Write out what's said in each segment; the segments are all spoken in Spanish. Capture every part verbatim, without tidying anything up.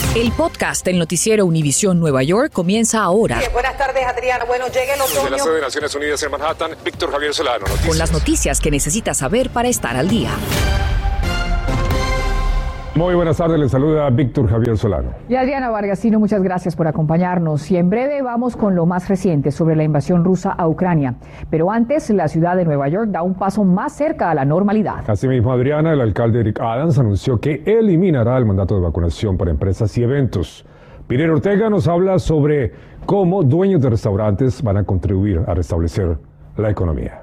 El podcast del noticiero Univisión Nueva York comienza ahora. Bien, buenas tardes, Adriana. Bueno, llega el otoño. Desde la sede de Naciones Unidas en Manhattan, Víctor Javier Solano. Noticias. Con las noticias que necesitas saber para estar al día. Muy buenas tardes, les saluda Víctor Javier Solano. Y Adriana Vargasino, muchas gracias por acompañarnos. Y en breve vamos con lo más reciente sobre la invasión rusa a Ucrania. Pero antes, la ciudad de Nueva York da un paso más cerca a la normalidad. Asimismo, Adriana, el alcalde Eric Adams anunció que eliminará el mandato de vacunación para empresas y eventos. Peter Ortega nos habla sobre cómo dueños de restaurantes van a contribuir a restablecer la economía.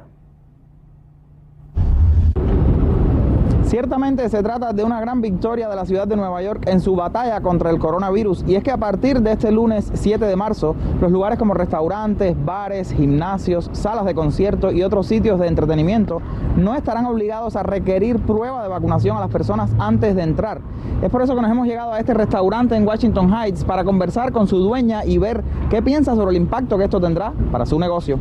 Ciertamente se trata de una gran victoria de la ciudad de Nueva York en su batalla contra el coronavirus, y es que a partir de este lunes siete de marzo, los lugares como restaurantes, bares, gimnasios, salas de concierto y otros sitios de entretenimiento no estarán obligados a requerir prueba de vacunación a las personas antes de entrar. Es por eso que nos hemos llegado a este restaurante en Washington Heights para conversar con su dueña y ver qué piensa sobre el impacto que esto tendrá para su negocio.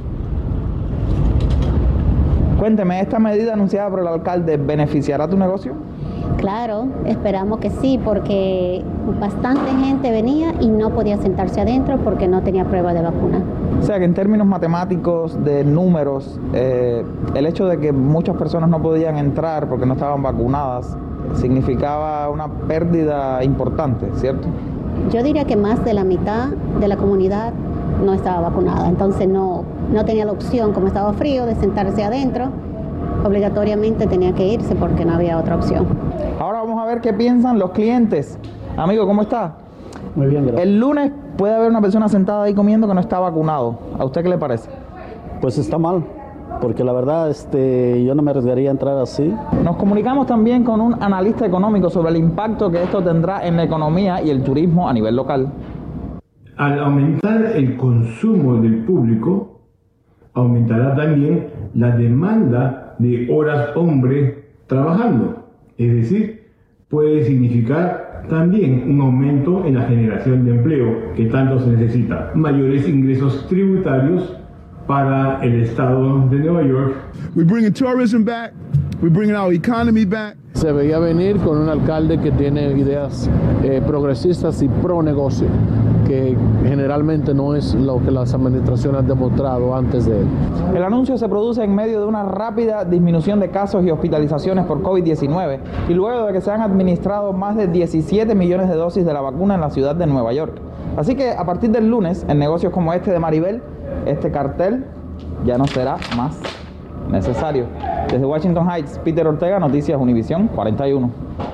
Cuénteme, ¿esta medida anunciada por el alcalde beneficiará tu negocio? Claro, esperamos que sí, porque bastante gente venía y no podía sentarse adentro porque no tenía prueba de vacuna. O sea que en términos matemáticos, de números, eh, el hecho de que muchas personas no podían entrar porque no estaban vacunadas significaba una pérdida importante, ¿cierto? Yo diría que más de la mitad de la comunidad no estaba vacunada, entonces no, no tenía la opción, como estaba frío, de sentarse adentro. Obligatoriamente tenía que irse porque no había otra opción. Ahora vamos a ver qué piensan los clientes. Amigo, ¿cómo está? Muy bien, gracias. El lunes puede haber una persona sentada ahí comiendo que no está vacunado. ¿A usted qué le parece? Pues está mal, porque la verdad este, yo no me arriesgaría a entrar así. Nos comunicamos también con un analista económico sobre el impacto que esto tendrá en la economía y el turismo a nivel local. Al aumentar el consumo del público, aumentará también la demanda de horas hombre trabajando. Es decir, puede significar también un aumento en la generación de empleo que tanto se necesita, mayores ingresos tributarios para el estado de Nueva York. We're bringing tourism back, we're bringing our economy back. Se veía venir con un alcalde que tiene ideas eh, progresistas y pro negocio, que generalmente no es lo que las administraciones han demostrado antes de él. El anuncio se produce en medio de una rápida disminución de casos y hospitalizaciones por COVID diecinueve y luego de que se han administrado más de diecisiete millones de dosis de la vacuna en la ciudad de Nueva York. Así que a partir del lunes, en negocios como este de Maribel, este cartel ya no será más necesario. Desde Washington Heights, Peter Ortega, Noticias Univisión cuarenta y uno.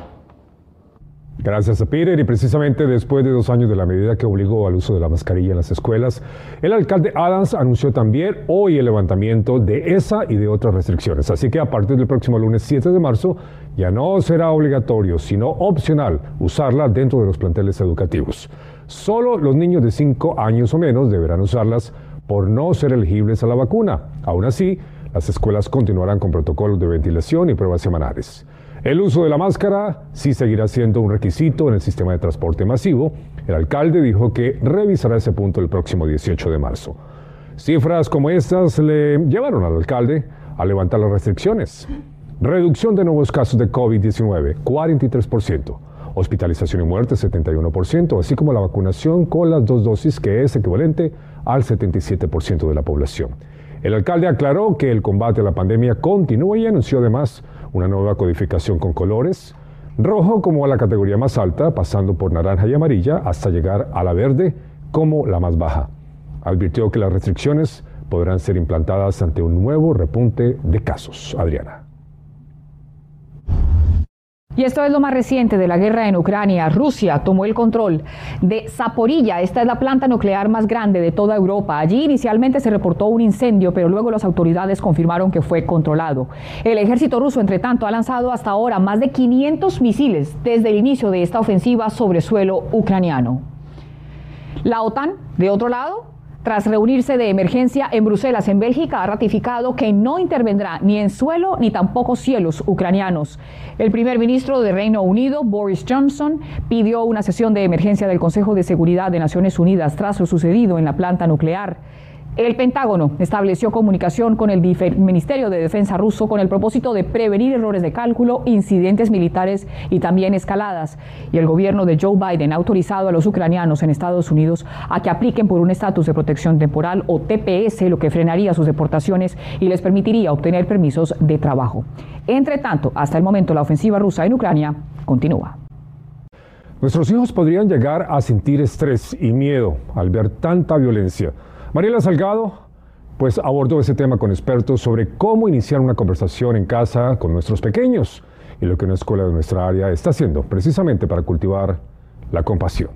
Gracias a Peter, y precisamente después de dos años de la medida que obligó al uso de la mascarilla en las escuelas, el alcalde Adams anunció también hoy el levantamiento de esa y de otras restricciones. Así que a partir del próximo lunes siete de marzo ya no será obligatorio, sino opcional usarla dentro de los planteles educativos. Solo los niños de cinco años o menos deberán usarlas por no ser elegibles a la vacuna. Aún así, las escuelas continuarán con protocolos de ventilación y pruebas semanales. El uso de la máscara sí seguirá siendo un requisito en el sistema de transporte masivo. El alcalde dijo que revisará ese punto el próximo dieciocho de marzo. Cifras como estas le llevaron al alcalde a levantar las restricciones. Reducción de nuevos casos de COVID diecinueve, cuarenta y tres por ciento. Hospitalización y muerte, setenta y uno por ciento, así como la vacunación con las dos dosis, que es equivalente al setenta y siete por ciento de la población. El alcalde aclaró que el combate a la pandemia continúa y anunció además una nueva codificación con colores, rojo como la categoría más alta, pasando por naranja y amarilla hasta llegar a la verde como la más baja. Advirtió que las restricciones podrán ser implantadas ante un nuevo repunte de casos. Adriana. Y esto es lo más reciente de la guerra en Ucrania. Rusia tomó el control de Zaporilla. Esta es la planta nuclear más grande de toda Europa. Allí inicialmente se reportó un incendio, pero luego las autoridades confirmaron que fue controlado. El ejército ruso, entre tanto, ha lanzado hasta ahora más de quinientos misiles desde el inicio de esta ofensiva sobre suelo ucraniano. La OTAN, de otro lado, tras reunirse de emergencia en Bruselas, en Bélgica, ha ratificado que no intervendrá ni en suelo ni tampoco cielos ucranianos. El primer ministro de Reino Unido, Boris Johnson, pidió una sesión de emergencia del Consejo de Seguridad de Naciones Unidas tras lo sucedido en la planta nuclear. El Pentágono estableció comunicación con el Ministerio de Defensa ruso con el propósito de prevenir errores de cálculo, incidentes militares y también escaladas. Y el gobierno de Joe Biden ha autorizado a los ucranianos en Estados Unidos a que apliquen por un estatus de protección temporal o T P S, lo que frenaría sus deportaciones y les permitiría obtener permisos de trabajo. Entre tanto, hasta el momento la ofensiva rusa en Ucrania continúa. Nuestros hijos podrían llegar a sentir estrés y miedo al ver tanta violencia. Mariela Salgado, pues abordó ese tema con expertos sobre cómo iniciar una conversación en casa con nuestros pequeños y lo que una escuela de nuestra área está haciendo precisamente para cultivar la compasión.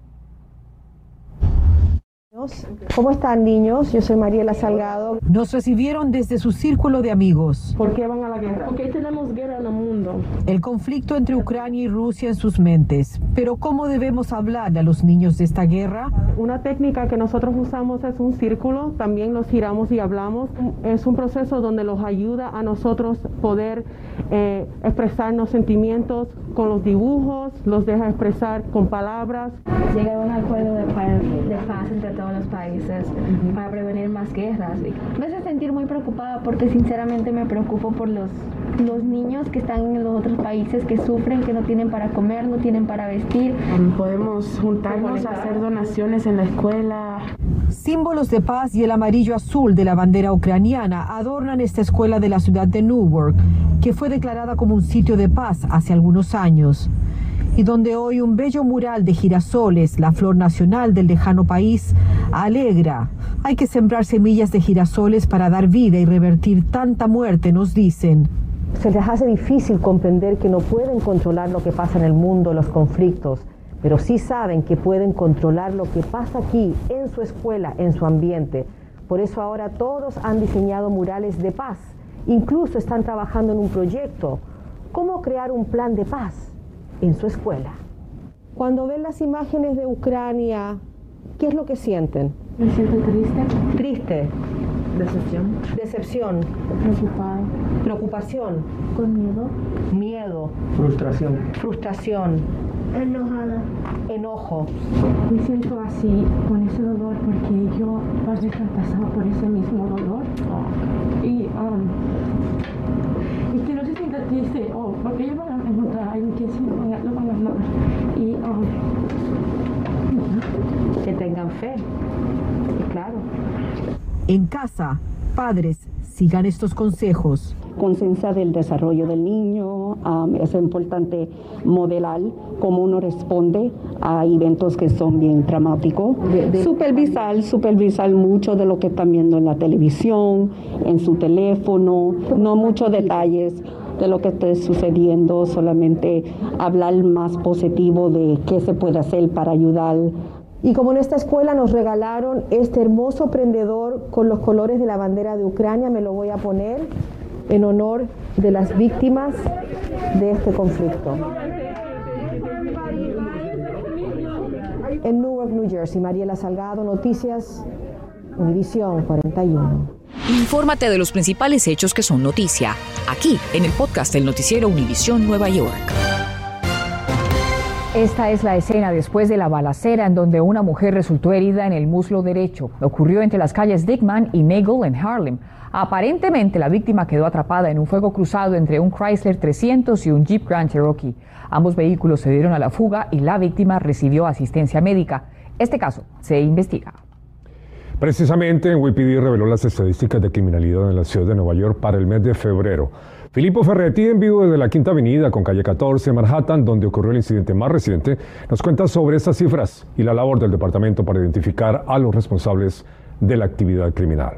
¿Cómo están, niños? Yo soy Mariela Salgado. Nos recibieron desde su círculo de amigos. ¿Por qué van a la guerra? Porque tenemos guerra en el mundo. El conflicto entre Ucrania y Rusia en sus mentes. Pero ¿cómo debemos hablar a los niños de esta guerra? Una técnica que nosotros usamos es un círculo. También los giramos y hablamos. Es un proceso donde los ayuda a nosotros poder eh, expresarnos sentimientos con los dibujos, los deja expresar con palabras. Llegar a un acuerdo de paz, de paz entre todos los países uh-huh. para prevenir más guerras. Me hace sentir muy preocupada porque sinceramente me preocupo por los, los niños que están en los otros países, que sufren, que no tienen para comer, no tienen para vestir. Podemos juntarnos a hacer donaciones en la escuela. Símbolos de paz y el amarillo azul de la bandera ucraniana adornan esta escuela de la ciudad de Newark, que fue declarada como un sitio de paz hace algunos años, y donde hoy un bello mural de girasoles, la flor nacional del lejano país, alegra. Hay que sembrar semillas de girasoles para dar vida y revertir tanta muerte, nos dicen. Se les hace difícil comprender que no pueden controlar lo que pasa en el mundo, los conflictos, pero sí saben que pueden controlar lo que pasa aquí, en su escuela, en su ambiente. Por eso ahora todos han diseñado murales de paz. Incluso están trabajando en un proyecto. ¿Cómo crear un plan de paz en su escuela? Cuando ven las imágenes de Ucrania, ¿qué es lo que sienten? Me siento triste. Triste. Decepción. Decepción. Preocupado. Preocupación. Con miedo. Miedo. Frustración. Frustración. Enojada. Enojo. Me siento así, con ese dolor, porque yo varias veces he pasado por ese mismo dolor. Oh. Y, um, y que no se sienta triste, oh, porque ellos van a encontrar a alguien que sí lo van a, lo van a amar. Y, um, que tengan fe. Y claro. En casa, padres, sigan estos consejos. Conciencia del desarrollo del niño, um, es importante modelar cómo uno responde a eventos que son bien dramáticos. De, de, supervisar, supervisar mucho de lo que están viendo en la televisión, en su teléfono, no muchos detalles de lo que esté sucediendo, solamente hablar más positivo de qué se puede hacer para ayudar. Y como en esta escuela nos regalaron este hermoso prendedor con los colores de la bandera de Ucrania, me lo voy a poner en honor de las víctimas de este conflicto. En Newark, New Jersey, Mariela Salgado, Noticias Univisión cuarenta y uno. Infórmate de los principales hechos que son noticia, aquí en el podcast del noticiero Univisión Nueva York. Esta es la escena después de la balacera en donde una mujer resultó herida en el muslo derecho. Ocurrió entre las calles Dickman y Nagel en Harlem. Aparentemente la víctima quedó atrapada en un fuego cruzado entre un Chrysler trescientos y un Jeep Grand Cherokee. Ambos vehículos se dieron a la fuga y la víctima recibió asistencia médica. Este caso se investiga. Precisamente, N Y P D reveló las estadísticas de criminalidad en la ciudad de Nueva York para el mes de febrero. Filippo Ferretti, en vivo desde la Quinta Avenida con calle catorce, Manhattan, donde ocurrió el incidente más reciente, nos cuenta sobre estas cifras y la labor del departamento para identificar a los responsables de la actividad criminal.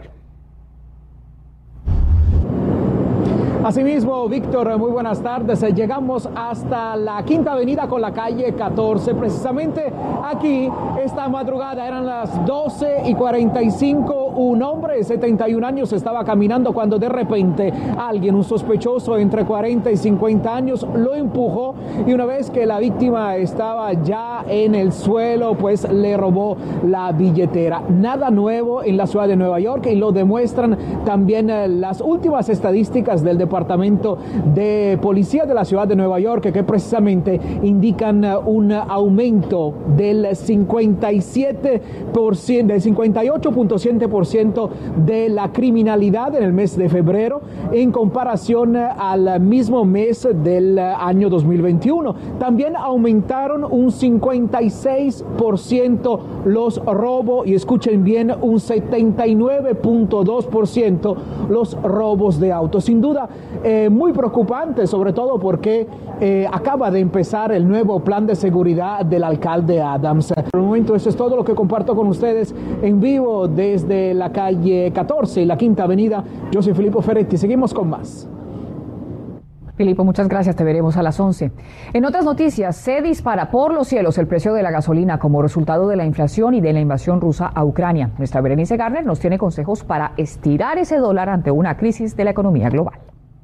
Asimismo, Víctor, muy buenas tardes. Llegamos hasta la Quinta Avenida con la calle catorce. Precisamente aquí, esta madrugada, eran las doce y cuarenta y cinco. Un hombre de setenta y un años estaba caminando cuando de repente alguien, un sospechoso entre cuarenta y cincuenta años, lo empujó y una vez que la víctima estaba ya en el suelo, pues le robó la billetera. Nada nuevo en la ciudad de Nueva York y lo demuestran también eh, las últimas estadísticas del Departamento de Policía de la ciudad de Nueva York, que precisamente indican uh, un aumento del cincuenta y siete por ciento, del cincuenta y ocho punto siete por ciento por ciento de la criminalidad en el mes de febrero en comparación al mismo mes del año dos mil veintiuno. También aumentaron un cincuenta y seis por ciento los robos y escuchen bien, un setenta y nueve punto dos por ciento los robos de autos. Sin duda, eh, muy preocupante, sobre todo porque eh, acaba de empezar el nuevo plan de seguridad del alcalde Adams. Por el momento eso es todo lo que comparto con ustedes en vivo desde la calle catorce y la Quinta Avenida. Yo soy Filippo Ferretti, seguimos con más. Filippo, muchas gracias, te veremos a las once. En otras noticias, se dispara por los cielos el precio de la gasolina como resultado de la inflación y de la invasión rusa a Ucrania. Nuestra Berenice Garner nos tiene consejos para estirar ese dólar ante una crisis de la economía global.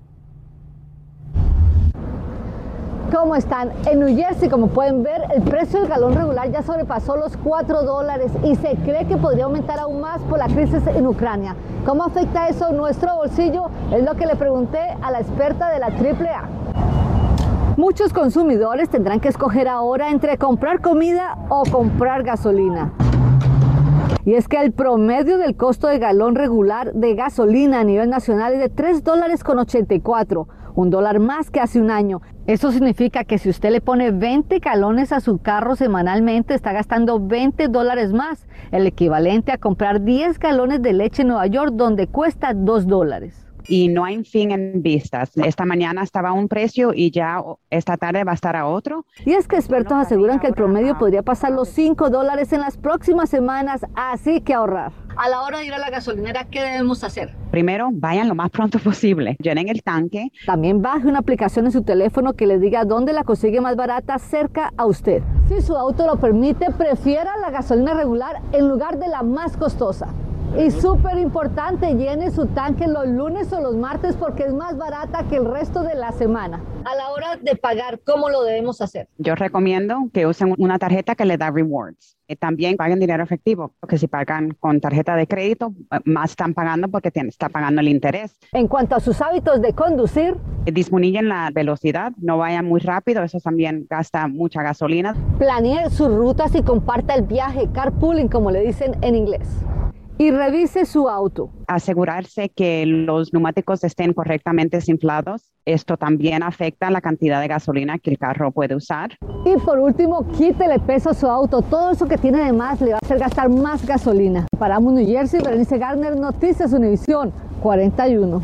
¿Cómo están? En New Jersey, como pueden ver, el precio del galón regular ya sobrepasó los cuatro dólares y se cree que podría aumentar aún más por la crisis en Ucrania. ¿Cómo afecta eso nuestro bolsillo? Es lo que le pregunté a la experta de la triple A. Muchos consumidores tendrán que escoger ahora entre comprar comida o comprar gasolina. Y es que el promedio del costo de galón regular de gasolina a nivel nacional es de tres dólares con ochenta y cuatro, un dólar más que hace un año. Eso significa que si usted le pone veinte galones a su carro semanalmente, está gastando veinte dólares más, el equivalente a comprar diez galones de leche en Nueva York, donde cuesta dos dólares. Y no hay fin en vistas. Esta mañana estaba a un precio y ya esta tarde va a estar a otro. Y es que expertos aseguran que el promedio podría pasar los cinco dólares en las próximas semanas, así que ahorrar. A la hora de ir a la gasolinera, ¿qué debemos hacer? Primero, vayan lo más pronto posible, llenen el tanque. También baje una aplicación en su teléfono que le diga dónde la consigue más barata cerca a usted. Si su auto lo permite, prefiera la gasolina regular en lugar de la más costosa. Y súper importante, llene su tanque los lunes o los martes porque es más barata que el resto de la semana. A la hora de pagar, ¿cómo lo debemos hacer? Yo recomiendo que usen una tarjeta que le da rewards. Y también paguen dinero efectivo, porque si pagan con tarjeta de crédito, más están pagando porque tienen, está pagando el interés. En cuanto a sus hábitos de conducir, disminuyen la velocidad, no vayan muy rápido, eso también gasta mucha gasolina. Planee sus rutas y comparta el viaje, carpooling como le dicen en inglés. Y revise su auto. Asegurarse que los neumáticos estén correctamente inflados. Esto también afecta la cantidad de gasolina que el carro puede usar. Y por último, quítele peso a su auto. Todo eso que tiene de más le va a hacer gastar más gasolina. Para Amos New Jersey, Berenice Garner, Noticias Univisión cuarenta y uno.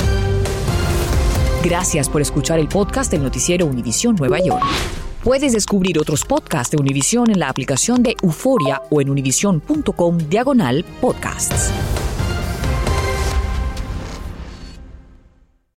Gracias por escuchar el podcast del noticiero Univisión Nueva York. Puedes descubrir otros podcasts de Univisión en la aplicación de Euforia o en univision punto com diagonal podcasts.